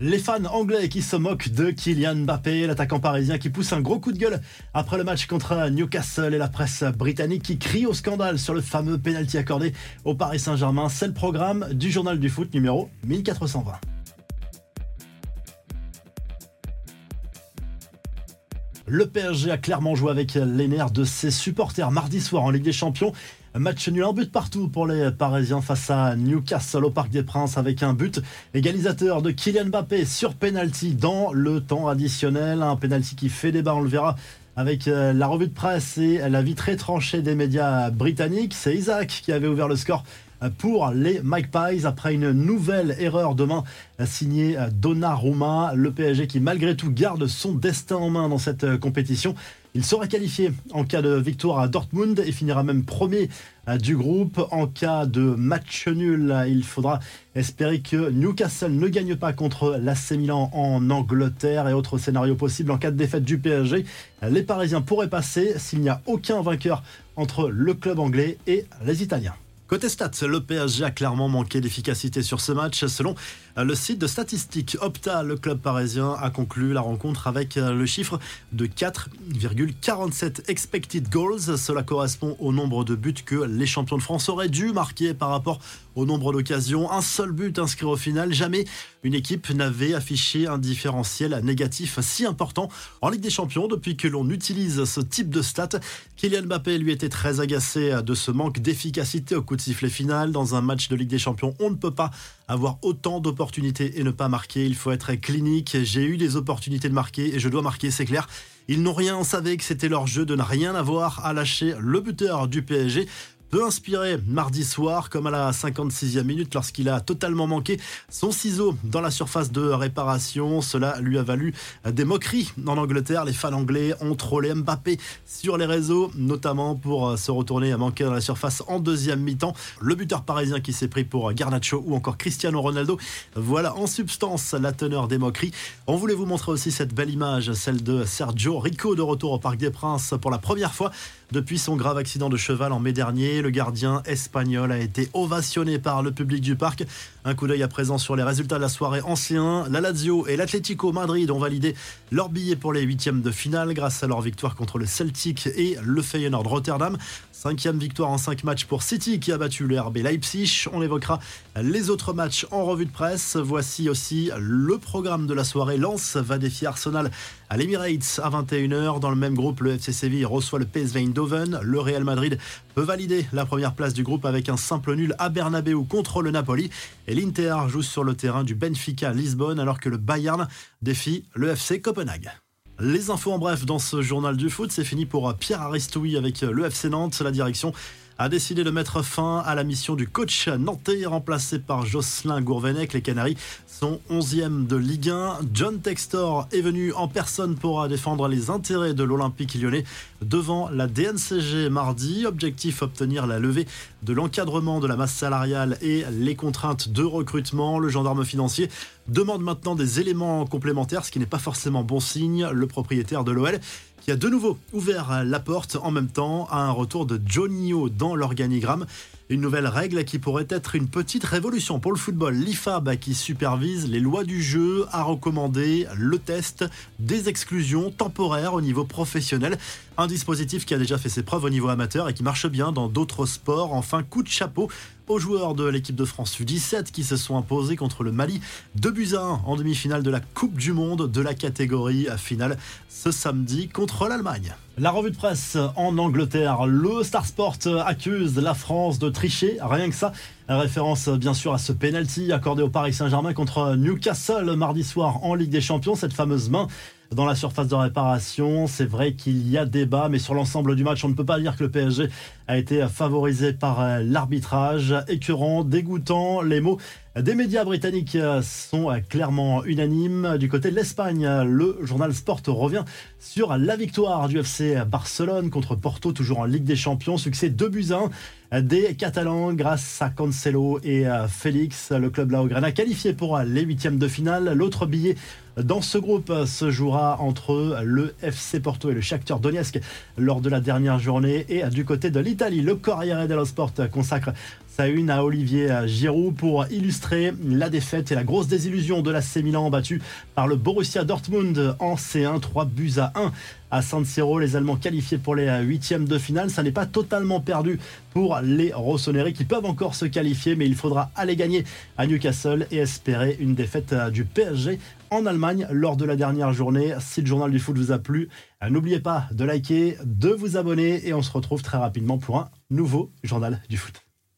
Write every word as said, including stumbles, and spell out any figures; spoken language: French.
Les fans anglais qui se moquent de Kylian Mbappé, l'attaquant parisien qui pousse un gros coup de gueule après le match contre Newcastle, et la presse britannique qui crie au scandale sur le fameux pénalty accordé au Paris Saint-Germain. C'est le programme du journal du foot numéro mille quatre cent vingt. Le P S G a clairement joué avec les nerfs de ses supporters mardi soir en Ligue des Champions. Match nul, un but partout pour les Parisiens face à Newcastle au Parc des Princes, avec un but égalisateur de Kylian Mbappé sur penalty dans le temps additionnel. Un penalty qui fait débat, on le verra avec la revue de presse et la vie très tranchée des médias britanniques. C'est Isaac qui avait ouvert le score pour les Magpies après une nouvelle erreur de main signée Donnarumma. Le P S G qui malgré tout garde son destin en main dans cette compétition. Il sera qualifié en cas de victoire à Dortmund et finira même premier du groupe. En cas de match nul, il faudra espérer que Newcastle ne gagne pas contre l'A C Milan en Angleterre. Et autre scénario possible, en cas de défaite du P S G, les Parisiens pourraient passer s'il n'y a aucun vainqueur entre le club anglais et les Italiens. Côté stats, le P S G a clairement manqué d'efficacité sur ce match. Selon le site de statistiques Opta, le club parisien a conclu la rencontre avec le chiffre de quatre virgule quarante-sept expected goals. Cela correspond au nombre de buts que les champions de France auraient dû marquer par rapport au nombre d'occasions. Un seul but inscrit au final. Jamais une équipe n'avait affiché un différentiel négatif si important en Ligue des Champions depuis que l'on utilise ce type de stats. Kylian Mbappé lui était très agacé de ce manque d'efficacité au coup de sifflet final. Dans un match de Ligue des Champions, on ne peut pas avoir autant d'opportunités et ne pas marquer. Il faut être clinique. J'ai eu des opportunités de marquer et je dois marquer, c'est clair. Ils n'ont rien, on savait que c'était leur jeu de ne rien avoir à lâcher. Le buteur du P S G peut inspirer mardi soir, comme à la cinquante-sixième minute lorsqu'il a totalement manqué son ciseau dans la surface de réparation. Cela lui a valu des moqueries en Angleterre. Les fans anglais ont trollé Mbappé sur les réseaux, notamment pour se retourner à manquer dans la surface en deuxième mi-temps. Le buteur parisien qui s'est pris pour Garnacho ou encore Cristiano Ronaldo. Voilà en substance la teneur des moqueries. On voulait vous montrer aussi cette belle image, celle de Sergio Rico de retour au Parc des Princes pour la première fois depuis son grave accident de cheval en mai dernier. Le gardien espagnol a été ovationné par le public du parc. Un coup d'œil à présent sur les résultats de la soirée en C un. La Lazio et l'Atlético Madrid ont validé leur billet pour les huitièmes de finale grâce à leur victoire contre le Celtic et le Feyenoord Rotterdam. Cinquième victoire en cinq matchs pour City qui a battu le R B Leipzig. On évoquera les autres matchs en revue de presse. Voici aussi le programme de la soirée. Lens va défier Arsenal à l'Emirates à vingt et une heures. Dans le même groupe, le F C Séville reçoit le P S V Eindhoven. Le Real Madrid peut valider la première place du groupe avec un simple nul à Bernabeu contre le Napoli. Et l'Inter joue sur le terrain du Benfica Lisbonne alors que le Bayern défie le F C Copenhague. Les infos en bref dans ce journal du foot, c'est fini pour Pierre Aristoui avec le F C Nantes. La direction a décidé de mettre fin à la mission du coach nantais remplacé par Jocelyn Gourvenec. Les Canaries sont onzième de Ligue un. John Textor est venu en personne pour défendre les intérêts de l'Olympique lyonnais devant la D N C G mardi. Objectif, obtenir la levée de l'encadrement de la masse salariale et les contraintes de recrutement. Le gendarme financier demande maintenant des éléments complémentaires, ce qui n'est pas forcément bon signe. Le propriétaire de l'O L qui a de nouveau ouvert la porte en même temps à un retour de Johnny O dans l'organigramme. Une nouvelle règle qui pourrait être une petite révolution pour le football. L'I F A B qui supervise les lois du jeu a recommandé le test des exclusions temporaires au niveau professionnel. Un dispositif qui a déjà fait ses preuves au niveau amateur et qui marche bien dans d'autres sports. Enfin, coup de chapeau aux joueurs de l'équipe de France U dix-sept qui se sont imposés contre le Mali deux buts à un en demi-finale de la Coupe du Monde de la catégorie finale ce samedi contre l'Allemagne. La revue de presse en Angleterre, le Star Sport accuse la France de tricher, rien que ça. Référence bien sûr à ce penalty accordé au Paris Saint-Germain contre Newcastle mardi soir en Ligue des Champions, cette fameuse main dans la surface de réparation. C'est vrai qu'il y a débat, mais sur l'ensemble du match, on ne peut pas dire que le P S G a été favorisé par l'arbitrage. Écœurant, dégoûtant, les mots des médias britanniques sont clairement unanimes. Du côté de l'Espagne, le journal Sport revient sur la victoire du F C Barcelone contre Porto, toujours en Ligue des Champions. Succès deux buts à un des Catalans grâce à Cancelo et Félix. Le club Blaugrana qualifié pour les huitièmes de finale. L'autre billet dans ce groupe se jouera entre le F C Porto et le Shakhtar Donetsk lors de la dernière journée. Et du côté de l'Italie, le Corriere dello Sport consacre Sa une à Olivier Giroud pour illustrer la défaite et la grosse désillusion de l'A C Milan battu par le Borussia Dortmund en C un, trois buts à un. À San Siro, les Allemands qualifiés pour les huitièmes de finale. Ça n'est pas totalement perdu pour les Rossoneri qui peuvent encore se qualifier, mais il faudra aller gagner à Newcastle et espérer une défaite du P S G en Allemagne lors de la dernière journée. Si le journal du foot vous a plu, n'oubliez pas de liker, de vous abonner et on se retrouve très rapidement pour un nouveau journal du foot.